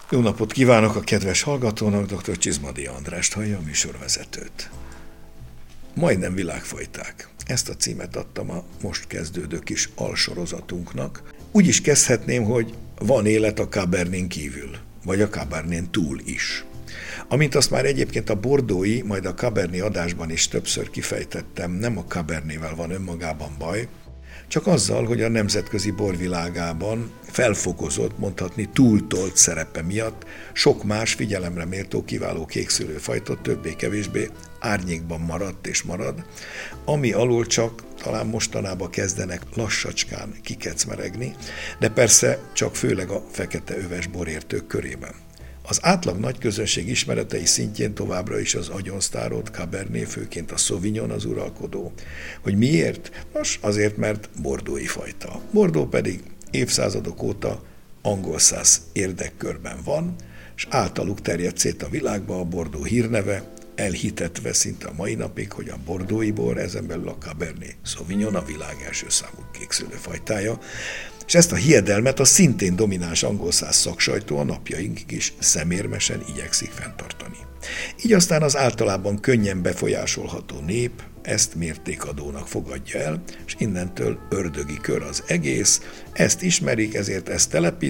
Jó napot kívánok a kedves hallgatónak, dr. Csizmadia Andrást hallja, a műsorvezetőt. Majdnem világfajták. Ezt a címet adtam a most kezdődő kis alsorozatunknak. Úgy is kezdhetném, hogy van élet a Cabernén kívül, vagy a Cabernén túl is. Amint azt már egyébként a bordói, majd a Cabernet adásban is többször kifejtettem, nem a Cabernetvel van önmagában baj, csak azzal, hogy a nemzetközi borvilágában felfokozott, mondhatni túltolt szerepe miatt sok más figyelemre méltó kiváló kékszőlőfajta többé-kevésbé árnyékban maradt és marad, ami alól csak talán mostanában kezdenek lassacskán kikecmeregni, de persze csak főleg a fekete öves borértők körében. Az átlag nagy közönség ismeretei szintjén továbbra is az agyonsztárolt Cabernet, főként a Sauvignon az uralkodó. Hogy miért? Nos, azért, mert bordói fajta. Bordó pedig évszázadok óta angol száz érdekkörben van, és általuk terjedt szét a világba a bordó hírneve, elhitetve szinte a mai napig, hogy a bordói bor, ezen belül a Cabernet Sauvignon a világ első számú kékszőlőfajtája, és ezt a hiedelmet a szintén domináns angol száz szaksajtó a napjainkig is szemérmesen igyekszik fenntartani. Így aztán az általában könnyen befolyásolható nép ezt mértékadónak fogadja el, és innentől ördögi kör az egész, ezt ismerik, ezért ezt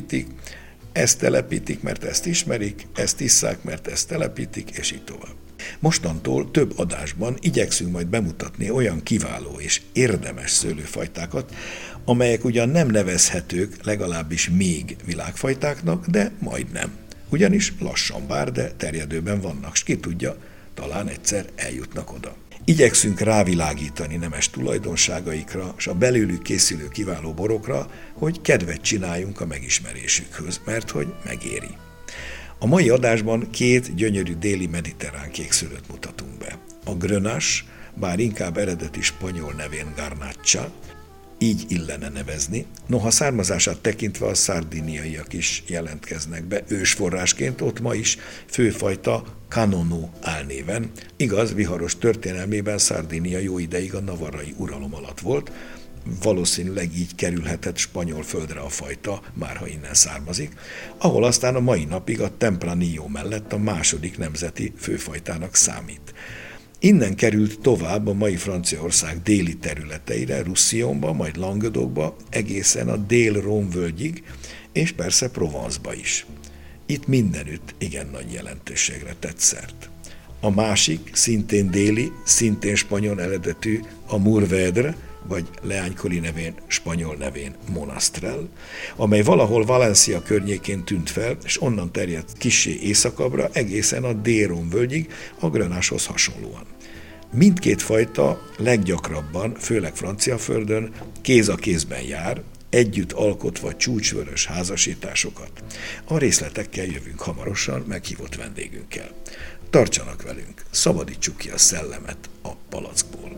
telepítik, mert ezt ismerik, ezt isszák, mert ezt telepítik, és így tovább. Mostantól több adásban igyekszünk majd bemutatni olyan kiváló és érdemes szőlőfajtákat, amelyek ugyan nem nevezhetők legalábbis még világfajtáknak, de majdnem. Ugyanis lassan bár, de terjedőben vannak, s ki tudja, talán egyszer eljutnak oda. Igyekszünk rávilágítani nemes tulajdonságaikra, s a belőlük készülő kiváló borokra, hogy kedvet csináljunk a megismerésükhöz, mert hogy megéri. A mai adásban két gyönyörű déli mediterrán kékszőlőt mutatunk be. A Grenache, bár inkább eredeti spanyol nevén Garnacha, így illene nevezni, noha származását tekintve a szardiniaiak is jelentkeznek be ősforrásként, ott ma is főfajta Cannonau álnéven. Igaz, viharos történelmében Szardinia jó ideig a navarrai uralom alatt volt, valószínűleg így kerülhetett spanyol földre a fajta, márha innen származik, ahol aztán a mai napig a Tempranillo mellett a második nemzeti főfajtának számít. Innen került tovább a mai Franciaország déli területeire, Roussillonba, majd Languedocba, egészen a Dél-Rhône-völgyig, és persze Provence-ba is. Itt mindenütt igen nagy jelentőségre tett szert. A másik, szintén déli, szintén spanyol eredetű, a Mourvèdre, vagy leánykori nevén, spanyol nevén Monastrell, amely valahol Valencia környékén tűnt fel, és onnan terjedt kissé északabbra, egészen a Dél-Rhône-völgyig, a Grenache-hoz hasonlóan. Mindkét fajta leggyakrabban, főleg Franciaföldön kéz a kézben jár, együtt alkotva csúcsvörös házasításokat. A részletekkel jövünk hamarosan meghívott vendégünkkel. Tartsanak velünk, szabadítsuk ki a szellemet a palackból.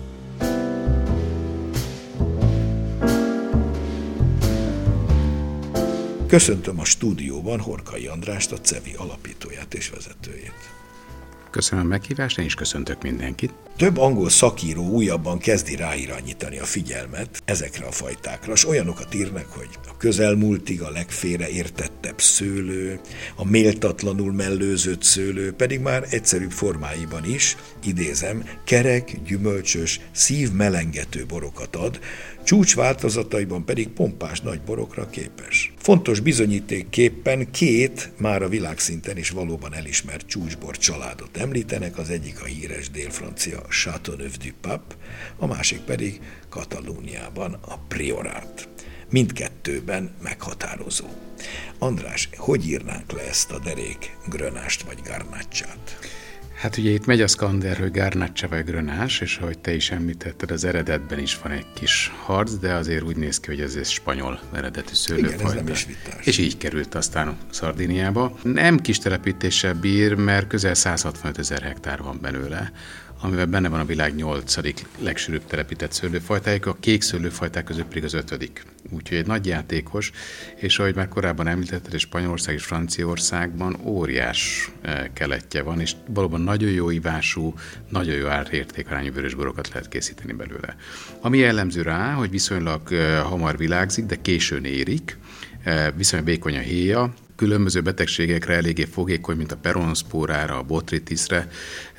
Köszöntöm a stúdióban Horkai Andrást, a CEVI alapítóját és vezetőjét. Köszönöm a meghívást, én is köszöntök mindenkit. Több angol szakíró újabban kezdi ráirányítani a figyelmet ezekre a fajtákra, és olyanokat írnak, hogy a közelmúltig a legfélreértettebb szőlő, a méltatlanul mellőzött szőlő, pedig már egyszerűbb formáiban is, idézem, kerek, gyümölcsös, szívmelengető borokat ad, csúcsváltozataiban pedig pompás nagy borokra képes. Fontos bizonyítékképpen két már a világszinten is valóban elismert csúcsbor családot említenek, az egyik a híres délfrancia Châteauneuf-du-Pape, a másik pedig Katalóniában a Priorat. Mindkettőben meghatározó. András, hogy írnánk le ezt a derék Grenache-t vagy Garnachát? Hát ugye itt megy a szkander, hogy Garnacha vagy Grenache, és ahogy te is említetted, az eredetben is van egy kis harc, de azért úgy néz ki, hogy ez spanyol eredetű szőlőfajta. Igen, ez nem is vitás. És így került aztán Szardiniába. Nem kis telepítéssel bír, mert közel 165 000 hektár van belőle, amivel benne van a világ 8. legsűrűbb telepített szőlőfajtájuk, a kék szőlőfajták között pedig az 5. Úgyhogy egy nagy játékos, és ahogy már korábban említetted, és Spanyolország és Franciaországban óriás keletje van, és valóban nagyon jó ivású, nagyon jó árértékarányú vörösborokat lehet készíteni belőle. Ami jellemző rá, hogy viszonylag hamar virágzik, de későn érik, viszonylag vékony a héja, különböző betegségekre eléggé fogékony, mint a peronoszpórára, a botrytisre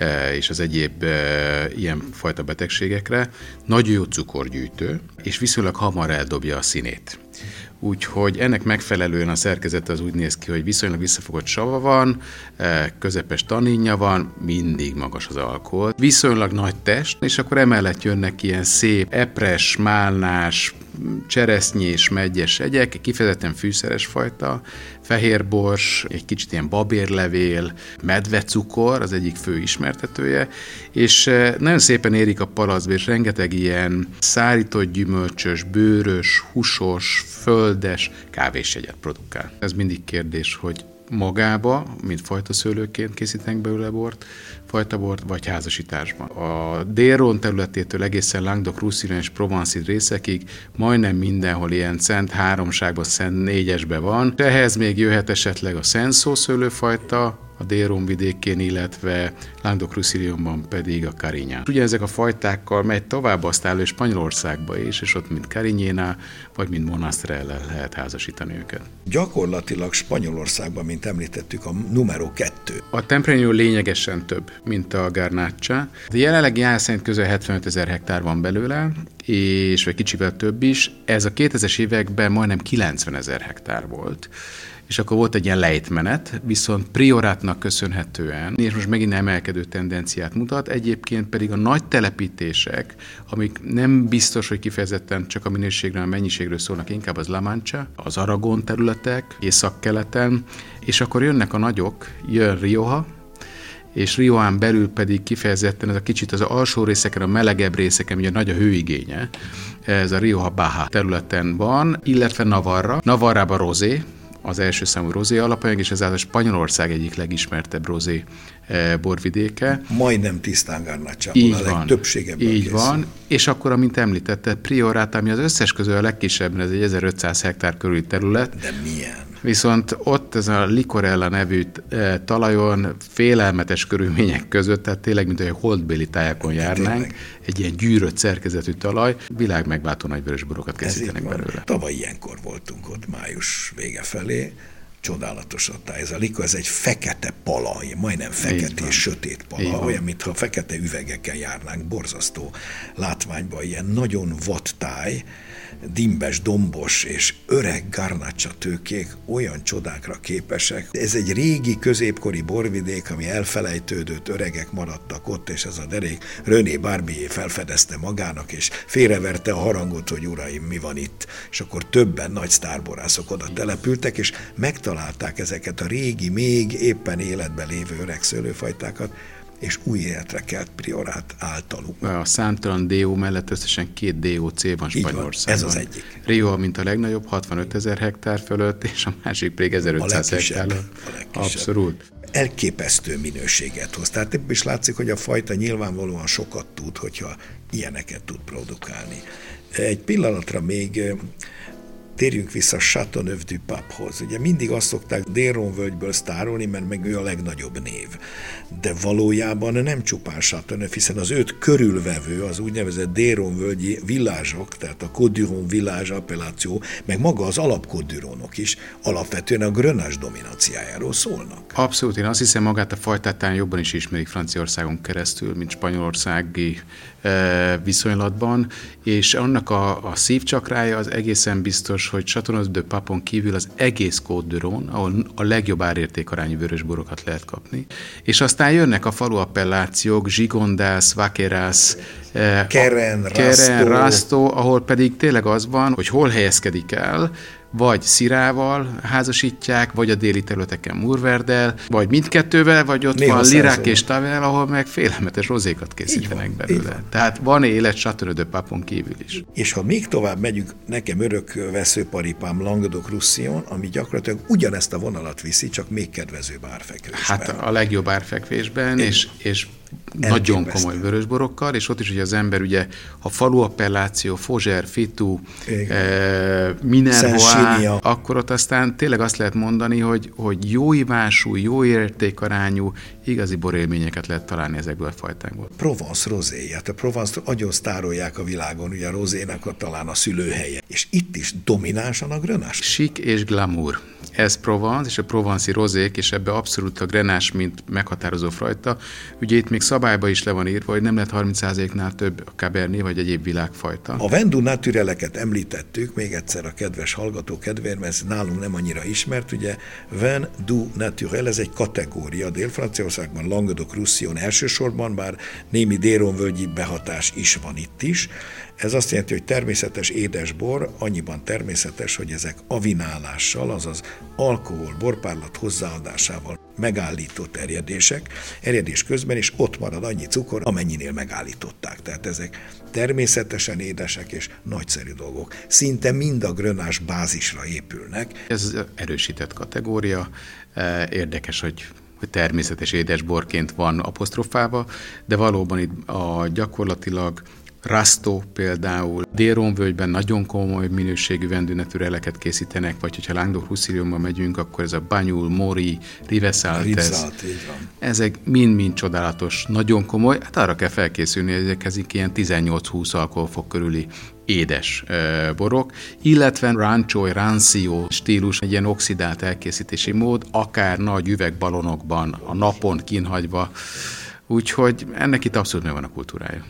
és az egyéb ilyen fajta betegségekre. Nagyon jó cukorgyűjtő, és viszonylag hamar eldobja a színét. Úgyhogy ennek megfelelően a szerkezet az úgy néz ki, hogy viszonylag visszafogott sava van, közepes tanninja van, mindig magas az alkohol, viszonylag nagy test, és akkor emellett jönnek ilyen szép epres, málnás, cseresznyés, meggyes egyek, kifejezetten fűszeres fajta, fehérbors, egy kicsit ilyen babérlevél, medvecukor, az egyik fő ismertetője, és nagyon szépen érik a palacba, és rengeteg ilyen szárított gyümölcsös, bőrös, húsos, földes kávésjegyet produkál. Ez mindig kérdés, hogy magába, mint fajtaszőlőként készítenek belőle bort, fajtabort, vagy házasításban. A Dél-Rhône területétől egészen Languedoc-Roussillon és Provence részekig majdnem mindenhol ilyen Szent háromságban, Szent négyesben van. Ehhez még jöhet esetleg a Cinsault szőlőfajta, a Dél-Rhône vidékén, illetve Languedoc-Roussillonban pedig a Carignan. Ugye ezek a fajtákkal megy tovább aztán Spanyolországba is, és ott mint Carignana, vagy mint Monastrellel lehet házasítani őket. Gyakorlatilag Spanyolországban, mint említettük, a numero 2. A Tempranillo lényegesen több, mint a Garnacha. Jelenleg jár szerint közel 75 000 hektár van belőle, és vagy kicsivel több is. Ez a 2000-es években majdnem 90 000 hektár volt. És akkor volt egy ilyen lejtmenet, viszont Priorátnak köszönhetően, és most megint emelkedő tendenciát mutat, egyébként pedig a nagy telepítések, amik nem biztos, hogy kifejezetten csak a minőségről, a mennyiségről szólnak, inkább az La Mancha, az Aragon területek, északkeleten, és akkor jönnek a nagyok, jön Rioja, és Riohán belül pedig kifejezetten ez a kicsit az alsó részeken, a melegebb részeken, ugye nagy a hőigénye, ez a Rioja Baja területen van, illetve Navarrában rozé, az első számú rozé alapanyag, és ezáltal Spanyolország egyik legismertebb rozé borvidéke. Majdnem tisztán Garnachából, a legtöbbségebben így van, és akkor, amint említetted, Priorat, ami az összes közül a legkisebb, ez egy 1500 hektár körüli terület. De milyen? Viszont ott ez a Licorella nevű talajon félelmetes körülmények között, tehát tényleg, mint hogy holdbéli tájakon járnánk, egy ilyen gyűrött szerkezetű talaj, világmegváltó nagyvörös borokat készítenek belőle. Tavaly ilyenkor voltunk ott, május vége felé, csodálatos a táj. Ez a Lico, ez egy fekete pala, majdnem fekete és sötét pala, olyan, mintha fekete üvegekkel járnánk, borzasztó látványban, ilyen nagyon vad táj, dimbes, dombos és öreg Garnacha tőkék olyan csodákra képesek. Ez egy régi, középkori borvidék, ami elfelejtődött, öregek maradtak ott, és ez a derék René Barbier felfedezte magának, és félreverte a harangot, hogy uraim, mi van itt. És akkor többen nagy sztárborászok oda települtek, és megtalálták ezeket a régi, még éppen életben lévő öreg szőlőfajtákat, és új életre kelt Priorat általuk. A számtalan DO mellett összesen 2 DOC van Spanyolországban. Ez az egyik. Rio, mint a legnagyobb, 65 000 hektár fölött, és a másik pedig 1500 hektár. Abszolút. Elképesztő minőséget hoz. Tehát ebből is látszik, hogy a fajta nyilvánvalóan sokat tud, hogyha ilyeneket tud produkálni. Egy pillanatra még térjünk vissza Châteauneuf-du-Pape-hoz. Ugye mindig azt szokták Dél-Rhône völgyből sztárolni, mert meg ő a legnagyobb név. De valójában nem csupán Châteauneuf, hiszen az őt körülvevő, az úgynevezett Dél-Rhône völgyi villázsok, tehát a Côte du Rhône village appelláció, meg maga az alap Côte du Rhône-ok is alapvetően a Grenache dominanciájáról szólnak. Abszolút, én azt hiszem, magát a fajtát talán jobban is ismerik Franciaországon keresztül, mint spanyolországi viszonylatban, és annak a szívcsakrája az egészen biztos, hogy Châteauneuf-du-Pape-on kívül az egész Côte du Rhône, ahol a legjobb árértékarányú vörösborokat lehet kapni. És aztán jönnek a falu appellációk, Gigondas, Vaqueras, Keren, Rasto, ahol pedig tényleg az van, hogy hol helyezkedik el, vagy Szirával házasítják, vagy a déli területeken Mourvèdre, vagy mindkettővel, vagy ott néha van Lirac és Tavel, ahol meg félelmetes rozékat készítenek belőle. Tehát van élet Châteauneuf-du-Pape-on kívül is. És ha még tovább megyünk, nekem örök veszőparipám Languedoc-Roussillon, ami gyakorlatilag ugyanezt a vonalat viszi, csak még kedvezőbb árfekvésben. Hát a legjobb árfekvésben, és nagyon komoly vörösborokkal, és ott is, hogy az ember ugye, ha falu appelláció, Fougère, Fitou, Minervois, akkor ott aztán tényleg azt lehet mondani, hogy jó ivású, jó értékarányú, igazi borélményeket lehet találni ezekből a fajtákból. Provence rozéját. A Provence nagyon sztárolják a világon, ugye a rozének talán a szülőhelye. És itt is dominánsan a Grenache. Chic és glamour. Ez Provence, és a provenci rozék, és ebbe abszolút a Grenache, mint meghatározó fajta. Ugye itt még szabályba is le van írva, hogy nem lehet 30%-nál több a Cabernet vagy egyéb világfajta. A Vin du Natureleket említettük, még egyszer a kedves hallgató kedvéért, mert ez nálunk nem annyira ismert, ugye Vin du Naturel, ez egy kategória, Dél-Franciaországban, Languedoc-Roussillon elsősorban, bár némi déronvölgyi behatás is van itt is. Ez azt jelenti, hogy természetes édesbor, annyiban természetes, hogy ezek avinálással, azaz alkohol, borpárlat hozzáadásával megállított erjedés közben, és ott marad annyi cukor, amennyinél megállították. Tehát ezek természetesen édesek és nagyszerű dolgok. Szinte mind a Grenache bázisra épülnek. Ez erősített kategória. Érdekes, hogy természetes édesborként van apostrofálva, de valóban itt gyakorlatilag Rasteau például, Déronvölgyben nagyon komoly minőségű Vin du Natureleket készítenek, vagy hogyha Languedoc-Roussillonba megyünk, akkor ez a Banyul, Maury, Rivesaltes. Ezek mind-mind csodálatos, nagyon komoly, hát arra kell felkészülni, hogy ezek ilyen 18-20 alkoholfok körüli édes borok, illetve rancio stílus, egy ilyen oxidált elkészítési mód, akár nagy üvegbalonokban, a napon kínhagyva, úgyhogy ennek itt abszolút megvan a kultúrája.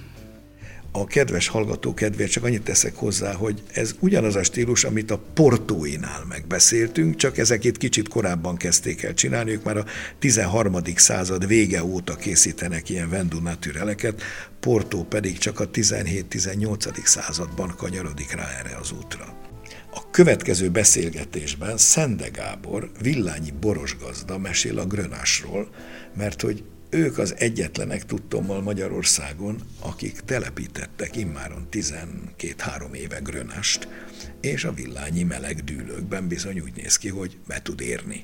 A kedves hallgató kedvéért csak annyit teszek hozzá, hogy ez ugyanaz a stílus, amit a Portóinál megbeszéltünk, csak ezek itt kicsit korábban kezdték el csinálni, ők már a 13. század vége óta készítenek ilyen Vin du Natureleket, Porto pedig csak a 17-18. században kanyarodik rá erre az útra. A következő beszélgetésben Szende Gábor, villányi borosgazda mesél a Grenache-ról, mert hogy ők az egyetlenek tudtommal Magyarországon, akik telepítettek immáron 12-3 éve Grenache-t, és a villányi meleg dűlőkben bizony úgy néz ki, hogy be tud érni.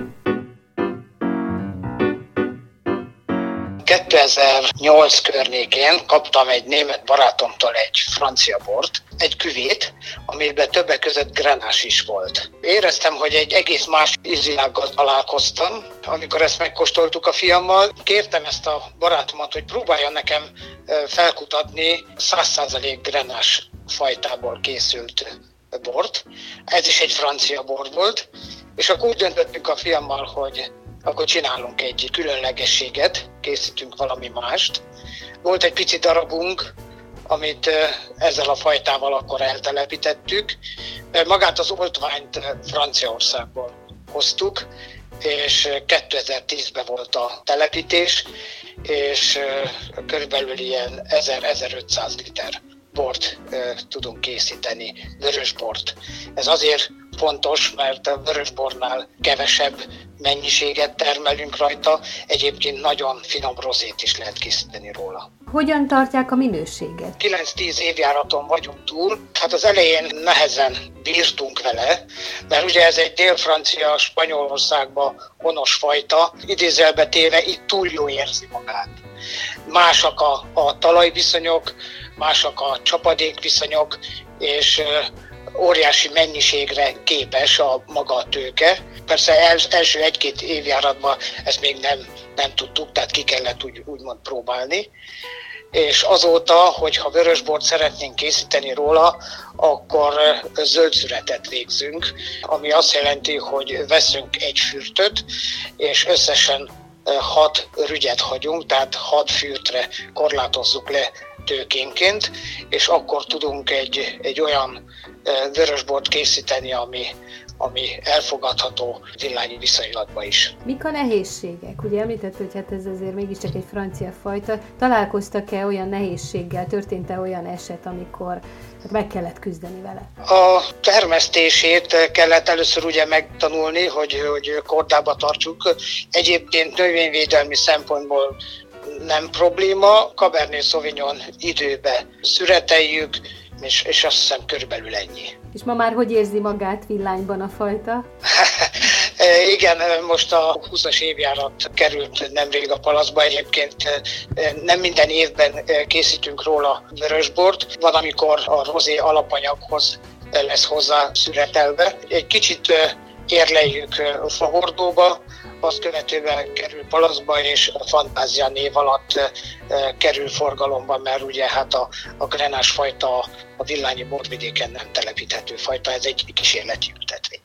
2008 környékén kaptam egy német barátomtól egy francia bort, egy küvét, amiben többek között Grenache is volt. Éreztem, hogy egy egész más ízvilággal találkoztam, amikor ezt megkóstoltuk a fiammal. Kértem ezt a barátomat, hogy próbálja nekem felkutatni 100% Grenache fajtából készült bort. Ez is egy francia bor volt, és akkor úgy döntöttünk a fiammal, hogy akkor csinálunk egy különlegességet, készítünk valami mást. Volt egy pici darabunk, amit ezzel a fajtával akkor eltelepítettük. Magát az oltványt Franciaországból hoztuk, és 2010-ben volt a telepítés, és körülbelül ilyen 1000-1500 liter bort tudunk készíteni, vörösbort. Ez azért fontos, mert a vörösbornál kevesebb mennyiséget termelünk rajta, egyébként nagyon finom rozét is lehet készíteni róla. Hogyan tartják a minőséget? 9-10 évjáraton vagyunk túl, hát az elején nehezen bírtunk vele, mert ugye ez egy dél-francia, Spanyolországba honos fajta, idézőjelbe téve itt túl jó érzi magát. Másak a talajviszonyok, másak a csapadékviszonyok, és óriási mennyiségre képes a maga a tőke. Persze első 1-2 évjáratban ezt még nem tudtuk, tehát ki kellett úgymond próbálni. És azóta, hogyha vörösbort szeretnénk készíteni róla, akkor zöldszüretet végzünk, ami azt jelenti, hogy veszünk egy fürtöt, és összesen 6 rügyet hagyunk, tehát 6 fürtre korlátozzuk le tőkénként, és akkor tudunk egy olyan vörösbort készíteni, ami elfogadható villányi viszonylatban is. Mik a nehézségek? Ugye említett, hogy hát ez azért mégiscsak egy francia fajta. Találkoztak-e olyan nehézséggel, történt-e olyan eset, amikor meg kellett küzdeni vele? A termesztését kellett először ugye megtanulni, hogy kordába tartsuk. Egyébként növényvédelmi szempontból nem probléma, Cabernet Sauvignon időbe szüreteljük, és azt hiszem körülbelül ennyi. És ma már hogy érzi magát villányban a fajta? Igen, most a 20-as évjárat került nemrég a Palaszba. Egyébként nem minden évben készítünk róla vörösbort. Van, amikor a rozé alapanyaghoz lesz hozzá szüretelve. Egy kicsit érleljük fahordóba, azt követően kerül Palaszba, és a Fantázia név alatt kerül forgalomba, mert ugye hát a Grenache fajta a Villányi borvidéken nem telepíthető fajta, ez egy kísérleti ültetvény.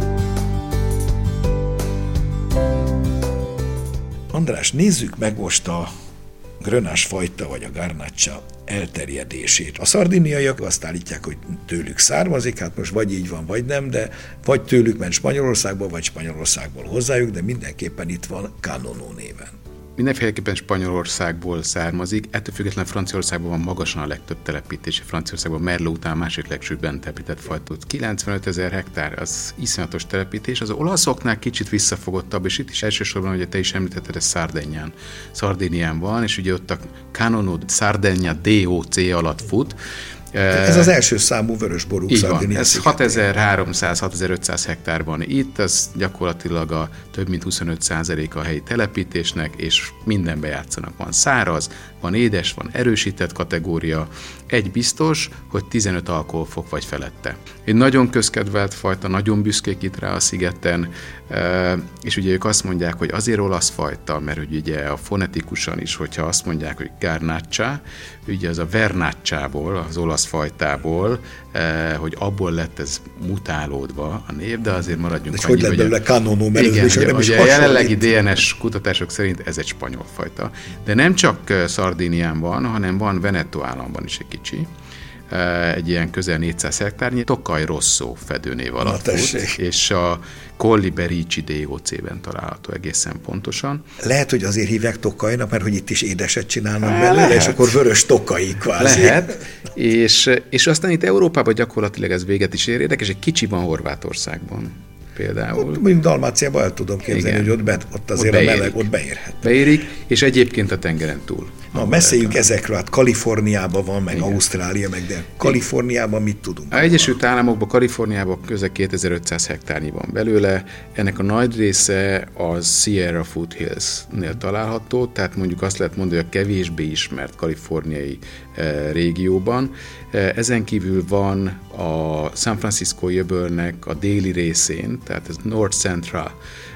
András, nézzük meg most a Grenache fajta vagy a Garnacha elterjedését. A szardiniaiak azt állítják, hogy tőlük származik, hát most vagy így van, vagy nem, de vagy tőlük ment Spanyolországból, vagy Spanyolországból hozzájuk, de mindenképpen itt van Canono néven. Mindenféleképpen Spanyolországból származik, ettől függetlenül Franciaországban van magasan a legtöbb telepítés. Franciaországban Merlot után a második legsűrűbben telepített fajta. 95 000 hektár, az iszonyatos telepítés. Az olaszoknál kicsit visszafogottabb, és itt is elsősorban, ugye te is említetted, ez Szardinián van, és ugye ott a Canono Sardegna DOC alatt fut. Ez az első számú vörösború Szardinia. Ez 6300-6500 hektár van itt, az gyakorlatilag a több mint 25% a helyi telepítésnek, és mindenbe játszanak. Van száraz, van édes, van erősített kategória. Egy biztos, hogy 15 alkoholfok vagy felette. Egy nagyon közkedvelt fajta, nagyon büszkék itt rá a szigeten, és ugye ők azt mondják, hogy azért olasz fajta, mert ugye a fonetikusan is, hogyha azt mondják, hogy Garnacha, ugye az a Vernachából, az olasz fajtából, hogy abból lett ez mutálódva a név, de azért maradjunk annyi, hogy lett belőle Canono, mert igen, ez nem is ugye a jelenlegi DNS kutatások szerint ez egy spanyol fajta. De nem csak Szardinián van, hanem van Veneto államban is egy kicsi, egy ilyen közel 400 hektárnyi, Tocai Rosso fedőnév alatt fut, és a Colli Berici DOC-ben található egészen pontosan. Lehet, hogy azért hívják Tocainak, mert hogy itt is édeset csinálnak belőle, és akkor vörös Tocai kvázi. Lehet, és aztán itt Európában gyakorlatilag ez véget is ér, érdekes, egy kicsi van Horvátországban. Például. Mondjuk Dalmáciában el tudom képzelni, hogy ott azért a meleg, ott beérhet. Beérik, és egyébként a tengeren túl. Na, beszéljünk ezekről, hát Kaliforniában van, meg igen. Ausztrália, meg de Kaliforniában mit tudunk? Az Egyesült Államokban, Kaliforniában közel 2500 hektárnyi van belőle, ennek a nagy része a Sierra Foothills-nél található, tehát mondjuk azt lehet mondani, hogy a kevésbé ismert kaliforniai régióban. Ezen kívül van a San Francisco öbölnek a déli részén, tehát ez North Central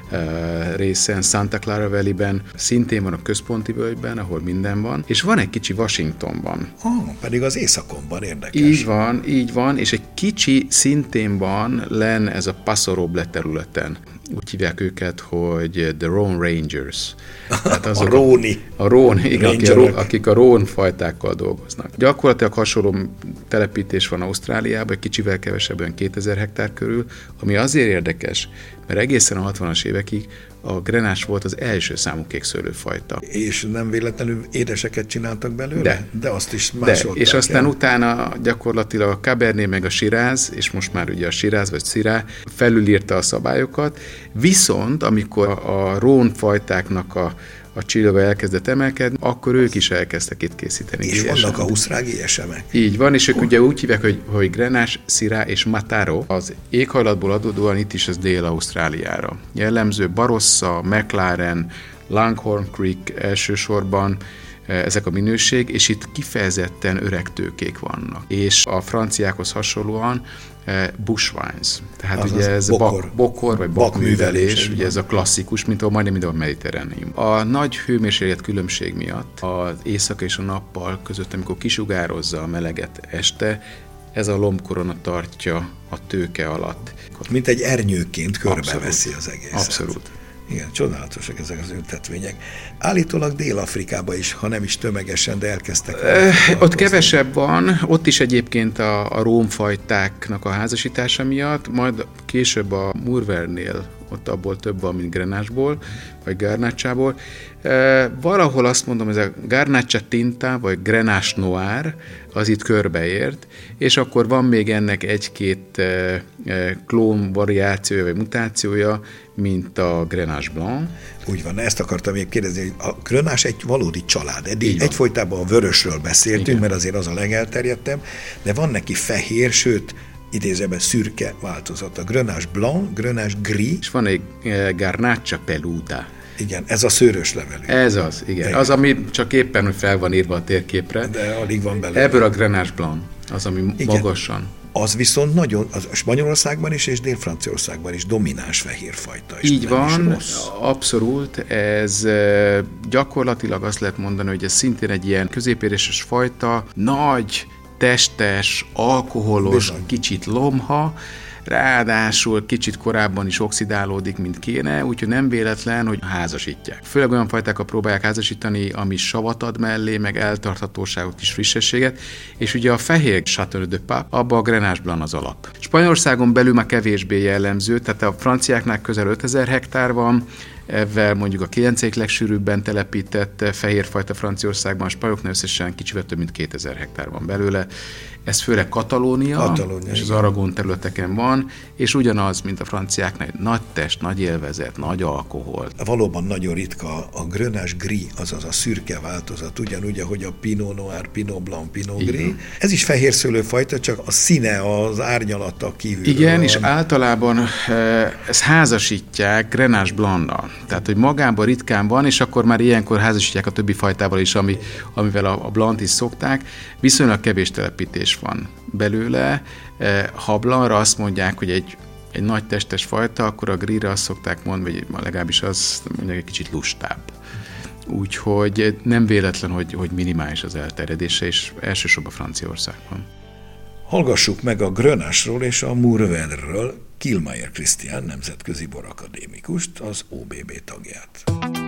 részen, Santa Clara Valley-ben, szintén van a központi völgyben, ahol minden van, és van egy kicsi Washingtonban. Pedig az északon van, érdekes. Így van, és egy kicsi szintén van len ez a Paso Roble területen. Úgy hívják őket, hogy The Rhone Rangers. Tehát azok a Rhone, igen, akik a Rhone fajtákkal dolgoznak. Gyakorlatilag hasonló telepítés van Ausztráliában, egy kicsivel kevesebben 2000 hektár körül, ami azért érdekes, mert egészen a 60-as évekig a Grenache volt az első számú kékszőlőfajta. És nem véletlenül édeseket csináltak belőle? De azt is másolták. És aztán utána gyakorlatilag a Cabernet meg a Shiraz, és most már ugye a Shiraz vagy Syrah felülírta a szabályokat, viszont amikor a Rhone fajtáknak a csillagja elkezdett emelkedni, akkor ők is elkezdtek itt készíteni. És vannak ausztrál GSM-ek. Így van, és ők ugye úgy hívják, hogy Grenache, Syrah és Mataro. Az éghajlatból adódóan itt is az Dél-Ausztráliára. Jellemző Barossa, McLaren, Langhorne Creek elsősorban, ezek a minőség, és itt kifejezetten öreg tőkék vannak. És a franciákhoz hasonlóan bush wines. Tehát azaz ugye ez bokor vagy bakművelés, ugye ez a klasszikus, mint majdnem minden a mediterránium. A nagy hőmérséklet különbség miatt az éjszaka és a nappal között, amikor kisugározza a meleget este, ez a lombkorona tartja a tőke alatt. Mint egy ernyőként körbeveszi az egészet. Abszolút. Igen, csodálatosak ezek az ültetvények. Állítólag Dél-Afrikában is, ha nem is tömegesen, de elkezdtek. Ott kevesebb van, ott is egyébként a rómfajtáknak a házasítása miatt, majd később a Mourvèdre-nél ott abból több van, mint Grenache-ból, vagy Garnachából. Valahol azt mondom, ez a Garnacha Tinta, vagy Grenache Noir, az itt körbeért, és akkor van még ennek egy-két klón variációja, vagy mutációja, mint a Grenache Blanc. Úgy van, ezt akartam még kérdezni, hogy a Grenache egy valódi család. Eddig egyfolytában a vörösről beszéltünk, igen, mert azért az a legelterjedtebb, de van neki fehér, sőt, idézőben szürke változat. A Grenache Blanc, Grenache Gris. És van egy Garnacha Peluda. Igen, ez a szőrös levelű. Ez az, igen. Az, ami csak éppen, hogy fel van írva a térképre. De alig van belőle. Ebből a Grenache Blanc, az, ami igen, magasan. Az viszont nagyon, az Spanyolországban is és Dél-Franciaországban is domináns fehérfajta. Így van, abszolút. Ez gyakorlatilag azt lehet mondani, hogy ez szintén egy ilyen középéréses fajta, nagy, testes, alkoholos, bizony, kicsit lomha, ráadásul kicsit korábban is oxidálódik, mint kéne, úgyhogy nem véletlen, hogy házasítják. Főleg olyan fajtákat próbálják házasítani, ami savat ad mellé, meg eltarthatóságot és frissességet, és ugye a fehér Châteauneuf de Pape, abban a Grenache Blanc az alap. Spanyolországon belül már kevésbé jellemző, tehát a franciáknál közel 5000 hektár van, ezzel mondjuk a 9. legsűrűbben telepített fehérfajta Franciaországban, a spanyoloknál összesen kicsivel több mint 2000 hektár van belőle. Ez főleg Katalónia és az Aragon területeken van, és ugyanaz, mint a franciáknál, nagy test, nagy élvezet, nagy alkohol. Valóban nagyon ritka a Grenache Gris, azaz a szürke változat, ugyanúgy, ahogy a Pinot Noir, Pinot Blanc, Pinot Gris. Ez is fehér szőlőfajta, csak a színe, az árnyalata kívül. Igen, és általában ezt házasítják Grenache Blanc-nal. Tehát, hogy magában ritkán van, és akkor már ilyenkor házasítják a többi fajtával is, amivel a Blanc-t is szokták. Viszonylag kevés telepítés van belőle. Ha Blancra azt mondják, hogy egy nagy testes fajta, akkor a Grisre azt szokták mondani, vagy legalábbis azt mondják, egy kicsit lustább. Úgyhogy nem véletlen, hogy minimális az elterjedése, és elsősorban Franciaországban. Hallgassuk meg a Grenache-ról és a Mourvèdre-ről Killmeyer Krisztián nemzetközi borakadémikust, az OBB tagját.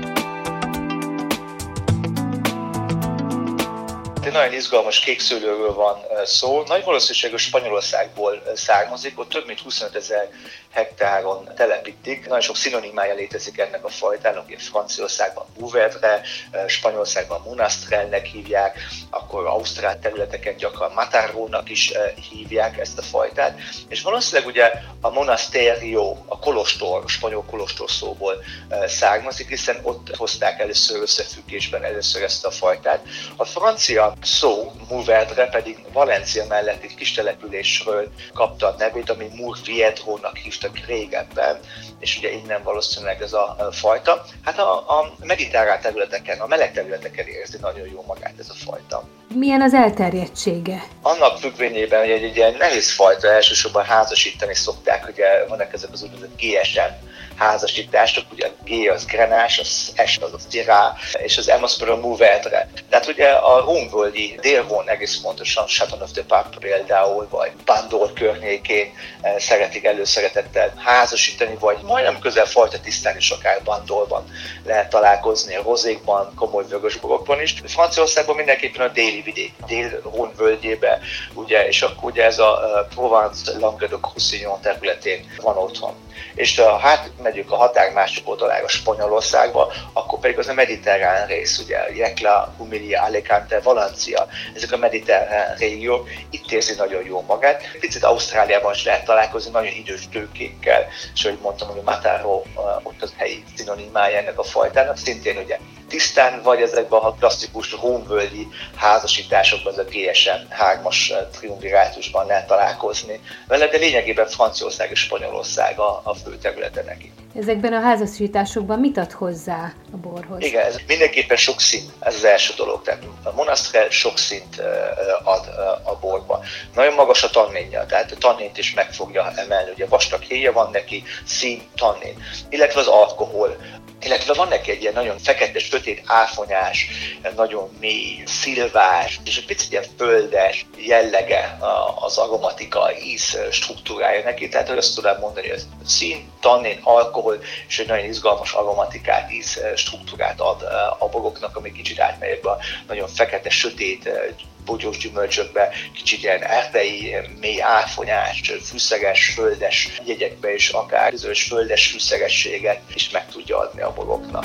Egy nagyon izgalmas kékszőlőről van szó. Nagy valószínűséggel Spanyolországból származik, ott több mint 25 000 hektáron telepítik. Nagyon sok szinonimája létezik ennek a fajtának, Franciaországban Mourvèdre, Spanyolországban Monastrellnek hívják, akkor ausztrál területeken gyakran Matarónak is hívják ezt a fajtát. És valószínűleg ugye a monasterio, a kolostor, a spanyol kolostor szóból származik, hiszen ott hozták először összefüggésben ezt a fajtát. A francia szó, Mourvèdre pedig Valencia melletti kis településről kapta a nevét, ami Mourvèdre-nak hívtak régebben, és ugye innen valószínűleg ez a fajta. Hát a mediterrán területeken, a meleg területeken érzi nagyon jó magát ez a fajta. Milyen az elterjedtsége? Annak függvényében, hogy egy ilyen nehéz fajta elsősorban házasítani szokták, ugye vannak ezek az úgynevezett GSM házasítások, ugye a G az Grenache, az S az a Syrah, és az M az például Mourvèdre. Tehát ugye a rónvölgyi Dél-Rhône egész pontosan Châteauneuf de Pape például, vagy Bandol környékén szeretik előszeretettel házasítani, vagy majdnem közel fajta tisztán is akár Bandolban lehet találkozni, a rozékban, komoly vörösborokban is. Franciaországban mindenképpen a déli vidék, Dél-Rhône völgyébe, ugye, és akkor ugye ez a Provence, Languedoc-Roussillon területén van otthon. És ha hát megyünk a határ másik oldalára Spanyolországba, akkor pedig az a mediterrán rész, ugye Jekla, Humilia, Alicante, Valencia, ezek a mediterrán régiók, itt érzi nagyon jól magát. Picit Ausztráliában is lehet találkozni nagyon idős tőkékkel, és ahogy mondtam, hogy Mataro ott az helyi szinonimája ennek a fajtának, szintén ugye tisztán, vagy ezekben a klasszikus rónvölgyi házasításokban, az a GSM 3-as triumvirátusban lehet találkozni vele, de lényegében Franciaország és Spanyolország a fő területe neki. Ezekben a házasításokban mit ad hozzá a borhoz? Igen, ez mindenképpen sok szín, ez az első dolog. Tehát a Monastrell sok színt ad a borba. Nagyon magas a tanninja, tehát a tannint is meg fogja emelni. Ugye vastag héja van neki, szín, tannin, illetve az alkohol. Illetve van neki egy ilyen nagyon fekete, sötét, áfonyás, nagyon mély, szilvás, és egy picit ilyen földes jellege az aromatika, íz struktúrája neki. Tehát azt tudom mondani, hogy szín, tannin, alkohol, és egy nagyon izgalmas aromatikát, íz struktúrát ad a boroknak, ami kicsit átmegy be a nagyon fekete, sötét, bogyós gyümölcsökbe, kicsit ilyen erdei, mély áfonyás, fűszeges, földes jegyekbe, és akár bizonyos földes fűszegességet is meg tudja adni a boroknak.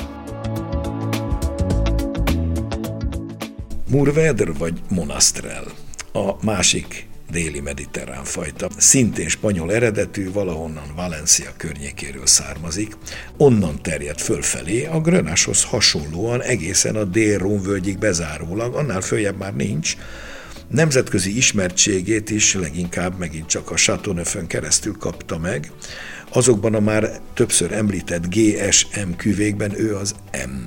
Mourvèdre vagy Monastrell, a másik déli mediterrán fajta, szintén spanyol eredetű, valahonnan Valencia környékéről származik, onnan terjed fölfelé, a Grenache-hoz hasonlóan egészen a Dél-Rhône völgyig bezárólag, annál följebb már nincs, Nemzetközi ismertségét is leginkább megint csak a Châteauneuf-ön keresztül kapta meg. Azokban a már többször említett GSM küvékben ő az M.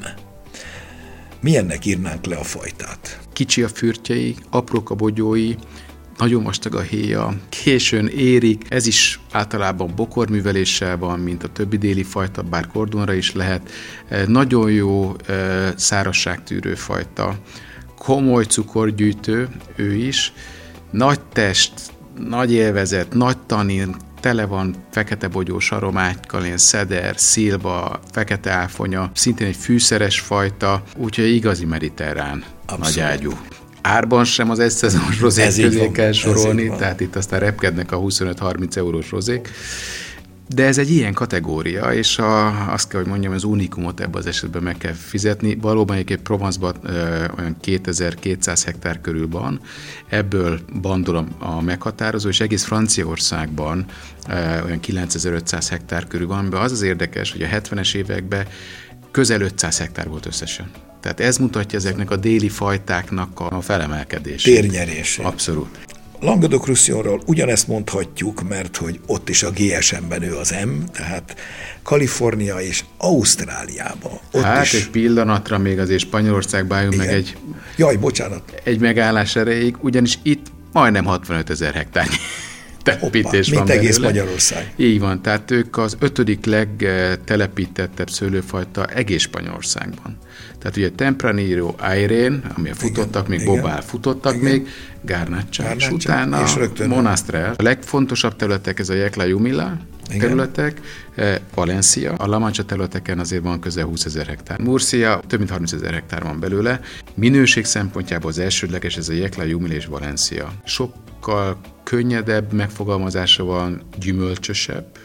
Milyennek írnánk le a fajtát? Kicsi a fürtjei, aprók a bogyói, nagyon vastag a héja, későn érik, ez is általában bokorműveléssel van, mint a többi déli fajta, bár kordonra is lehet. Nagyon jó szárazságtűrő fajta, komoly cukorgyűjtő ő is, nagy test, nagy élvezet, nagy tanin, tele van fekete bogyós aromákkal, ilyen szeder, szilva, fekete áfonya, szintén egy fűszeres fajta, úgyhogy igazi mediterrán nagyágyú. Árban sem az egyszezonos rozék közé kell sorolni, tehát itt aztán repkednek a 25-30 eurós rozék. De ez egy ilyen kategória, és azt kell, hogy mondjam, az unikumot ebben az esetben meg kell fizetni. Valóban egyébként Provence-ban olyan 2200 hektár körül van, ebből bandol a meghatározó, és egész Franciaországban olyan 9500 hektár körül van, de az érdekes, hogy a 70-es években közel 500 hektár volt összesen. Tehát ez mutatja ezeknek a déli fajtáknak a felemelkedését. Térnyerését. Abszolút. Languedoc-Roussillonról ugyanezt mondhatjuk, mert hogy ott is a GSM-ben ő az M, tehát Kalifornia és Ausztráliában. Ott hát is... egy pillanatra még azért Spanyolországban álljunk meg egy... Jaj, bocsánat. Egy megállás erejéig, ugyanis itt majdnem 65 000 hektár telepítés van belőle. Egész Magyarország. Így van, tehát ők az 5. legtelepítettebb szőlőfajta egész Spanyolországban. Tehát ugye Tempranillo, Airén, ami futottak még, Bobál futottak még, Garnacha, és utána Monastrell. A legfontosabb területek ez a Yecla Jumilla területek, Valencia, a La Mancha területeken azért van közel 20 000 hektár. Murcia, több mint 30 000 hektár van belőle. Minőség szempontjából az elsődleges ez a Yecla Jumilla és Valencia. Sokkal könnyedebb megfogalmazása van, gyümölcsösebb,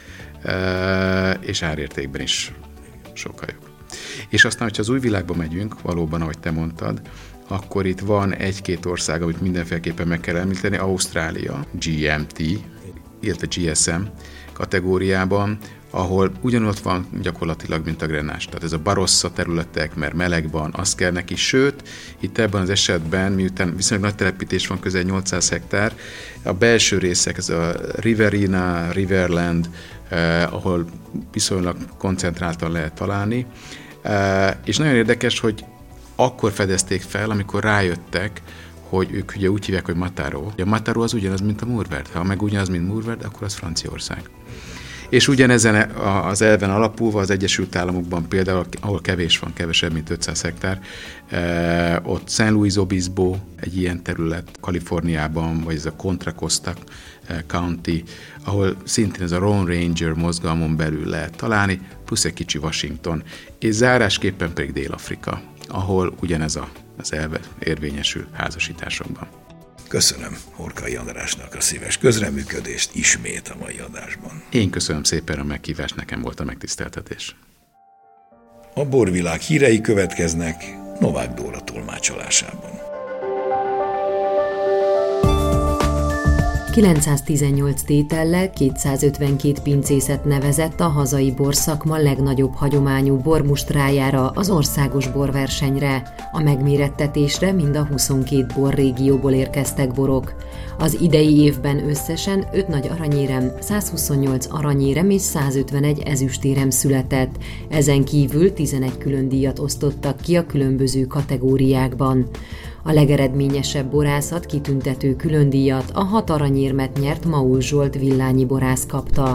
és árértékben is sokkal jobb. És aztán, hogyha az új világba megyünk, valóban, ahogy te mondtad, akkor itt van egy-két ország, amit mindenféleképpen meg kell említeni, Ausztrália, GMT, illetve GSM kategóriában, ahol ugyanott van gyakorlatilag, mint a Grenache. Tehát ez a Barossa területek, mert meleg van, az kell neki, sőt, itt ebben az esetben, miután viszonylag nagy telepítés van, közel 800 hektár, a belső részek, ez a Riverina, Riverland, ahol viszonylag koncentráltan lehet találni, és nagyon érdekes, hogy akkor fedezték fel, amikor rájöttek, hogy ők ugye úgy hívják, hogy Mataro. A Mataro az ugyanaz, mint a Mourvèdre. Ha meg ugyanaz, mint Mourvèdre, akkor az Franciaország. És ugyanezen az elven alapulva az Egyesült Államokban például, ahol kevés van, kevesebb, mint 500 hektár, ott St. Louis Obispo egy ilyen terület, Kaliforniában, vagy ez a Contra Costa County, ahol szintén ez a Lone Ranger mozgalmon belül lehet találni, plusz egy kicsi Washington, és zárásképpen pedig Dél-Afrika, ahol ugyanez az elve érvényesül házasításokban. Köszönöm Horkai Andrásnak a szíves közreműködést ismét a mai adásban. Én köszönöm szépen a meghívást, nekem volt a megtiszteltetés. A borvilág hírei következnek Novák Dóra tolmácsolásában. 918 tétellel 252 pincészet nevezett a hazai borszakma legnagyobb hagyományú bormustrájára, az országos borversenyre. A megmérettetésre mind a 22 borrégióból érkeztek borok. Az idei évben összesen 5 nagy aranyérem, 128 aranyérem és 151 ezüstérem született. Ezen kívül 11 külön díjat osztottak ki a különböző kategóriákban. A legeredményesebb borászat kitüntető különdíjat a 6 aranyérmet nyert Maul Zsolt villányi borász kapta.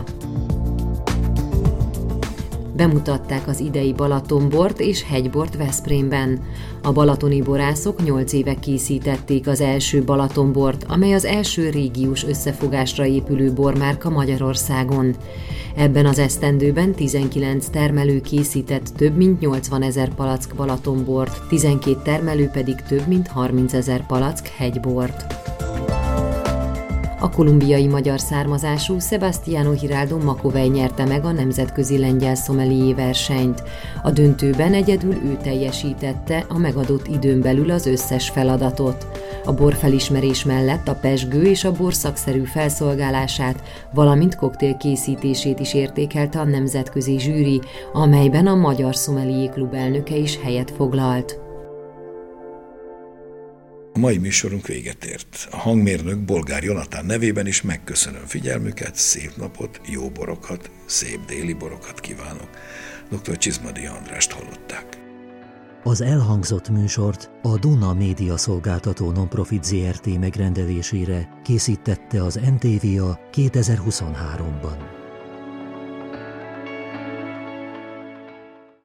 Bemutatták az idei Balatonbort és hegybort Veszprémben. A balatoni borászok 8 éve készítették az első Balatonbort, amely az első régiós összefogásra épülő bormárka Magyarországon. Ebben az esztendőben 19 termelő készített több mint 80 000 palack Balatonbort, 12 termelő pedig több mint 30 000 palack hegybort. A kolumbiai magyar származású Sebastiano Hiraldo Macovei nyerte meg a nemzetközi lengyel szomelié versenyt. A döntőben egyedül ő teljesítette a megadott időn belül az összes feladatot. A borfelismerés mellett a pezsgő és a bor szakszerű felszolgálását, valamint koktél készítését is értékelte a nemzetközi zsűri, amelyben a Magyar Szomelié Klub elnöke is helyet foglalt. A mai műsorunk véget ért. A hangmérnök Bolgár Jonatán nevében is megköszönöm figyelmüket, szép napot, jó borokat, szép déli borokat kívánok. Dr. Csizmadia Andrást hallották. Az elhangzott műsort a Duna Média Szolgáltató Nonprofit Zrt. Megrendelésére készítette az NTVA 2023-ban.